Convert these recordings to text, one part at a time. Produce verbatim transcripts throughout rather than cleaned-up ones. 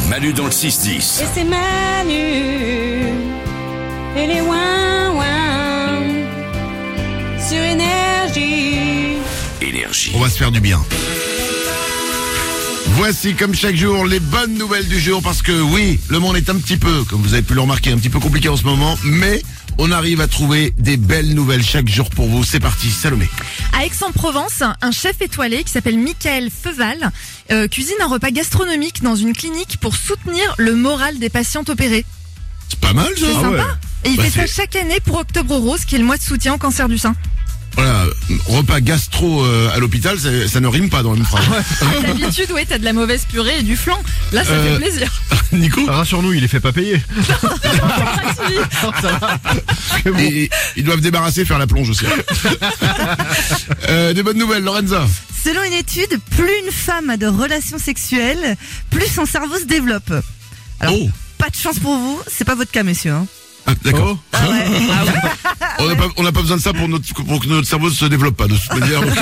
Manu dans le six dix. Et c'est Manu et les ouin ouin sur Énergie. Énergie. On va se faire du bien. Voici comme chaque jour les bonnes nouvelles du jour parce que oui, le monde est un petit peu, comme vous avez pu le remarquer, un petit peu compliqué en ce moment, mais on arrive à trouver des belles nouvelles chaque jour pour vous. C'est parti, Salomé. À Aix-en-Provence, un chef étoilé qui s'appelle Michael Feuval euh, cuisine un repas gastronomique dans une clinique pour soutenir le moral des patientes opérées. C'est pas mal ça. C'est Ah sympa. ouais. Et il Bah, fait c'est- ça chaque année pour Octobre Rose, qui est le mois de soutien au cancer du sein. Voilà, repas gastro euh, à l'hôpital, ça, ça ne rime pas dans la même phrase. D'habitude, ouais, t'as de la mauvaise purée et du flan. Là, ça Euh, fait plaisir. Nico, Rassure-nous, il les fait pas payer. et, ils doivent débarrasser, faire la plonge aussi. euh, des bonnes nouvelles, Lorenza. Selon une étude, plus une femme a de relations sexuelles, plus son cerveau se développe. Alors, Oh, pas de chance pour vous, c'est pas votre cas, messieurs. Hein. ah, d'accord. Oh. On n'a pas, on n'a pas besoin de ça pour, notre, pour que notre cerveau ne se développe pas de toute manière. donc.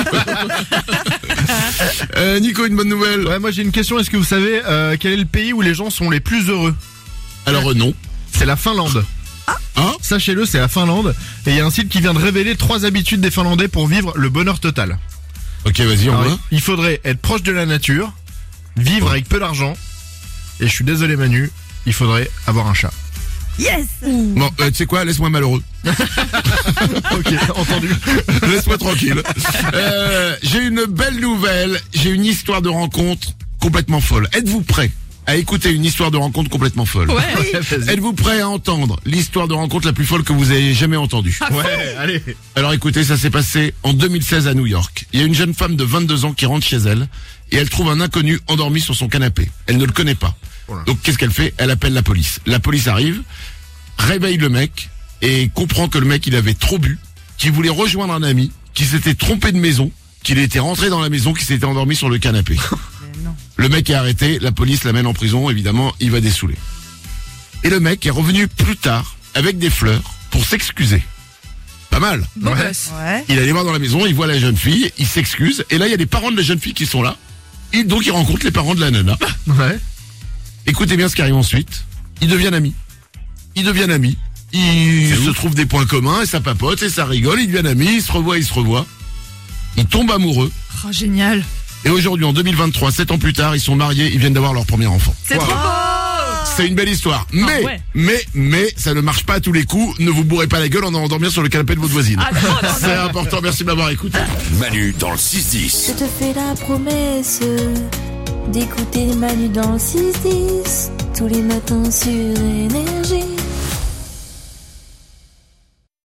euh, Nico, une bonne nouvelle. Ouais, moi j'ai une question. Est-ce que vous savez euh, quel est le pays où les gens sont les plus heureux? Alors euh, non. C'est la Finlande. Hein Sachez-le, c'est la Finlande. Et il y a un site qui vient de révéler trois habitudes des Finlandais pour vivre le bonheur total. Ok, vas-y, on Alors, va. il faudrait être proche de la nature, vivre avec peu d'argent. Et je suis désolé Manu, il faudrait avoir un chat. Yes. Bon, euh, tu sais quoi, laisse-moi malheureux. Ok, entendu. Laisse-moi tranquille. Euh, j'ai une belle nouvelle. J'ai une histoire de rencontre complètement folle. Êtes-vous prêts à écouter une histoire de rencontre complètement folle? Ouais. Ouais, vas-y. Êtes-vous prêts à entendre l'histoire de rencontre la plus folle que vous ayez jamais entendue? Ouais, allez. Alors écoutez, ça s'est passé en deux mille seize à New York. Il y a une jeune femme de vingt-deux ans qui rentre chez elle et elle trouve un inconnu endormi sur son canapé. Elle ne le connaît pas. Oula. Donc qu'est-ce qu'elle fait? Elle appelle la police. La police arrive, réveille le mec et comprend que le mec il avait trop bu, qu'il voulait rejoindre un ami, qu'il s'était trompé de maison, qu'il était rentré dans la maison, qu'il s'était endormi sur le canapé. non. Le mec est arrêté, la police l'amène en prison, évidemment, il va dessouler. Et le mec est revenu plus tard avec des fleurs pour s'excuser. Pas mal. Beau Ouais. gosse. Ouais. Il allait voir dans la maison, il voit la jeune fille, il s'excuse, et là il y a les parents de la jeune fille qui sont là, et donc il rencontre les parents de la nana. Ouais. Écoutez bien ce qui arrive ensuite. Ils deviennent amis. Ils deviennent amis. Ils se trouvent des points communs, et ça papote, et ça rigole, ils deviennent amis, ils se revoient, ils se revoient. Ils tombent amoureux. Oh, génial. Et aujourd'hui, en deux mille vingt-trois, sept ans plus tard, ils sont mariés, ils viennent d'avoir leur premier enfant. C'est trop beau. C'est une belle histoire. Mais, ouais. mais, mais, ça ne marche pas à tous les coups. Ne vous bourrez pas la gueule en allant dormir sur le canapé de votre voisine. Ah, non, non, non. C'est important, merci de m'avoir écouté. Manu dans le six dix. Je te fais la promesse d'écouter Manu dans le six dix tous les matins sur Énergie.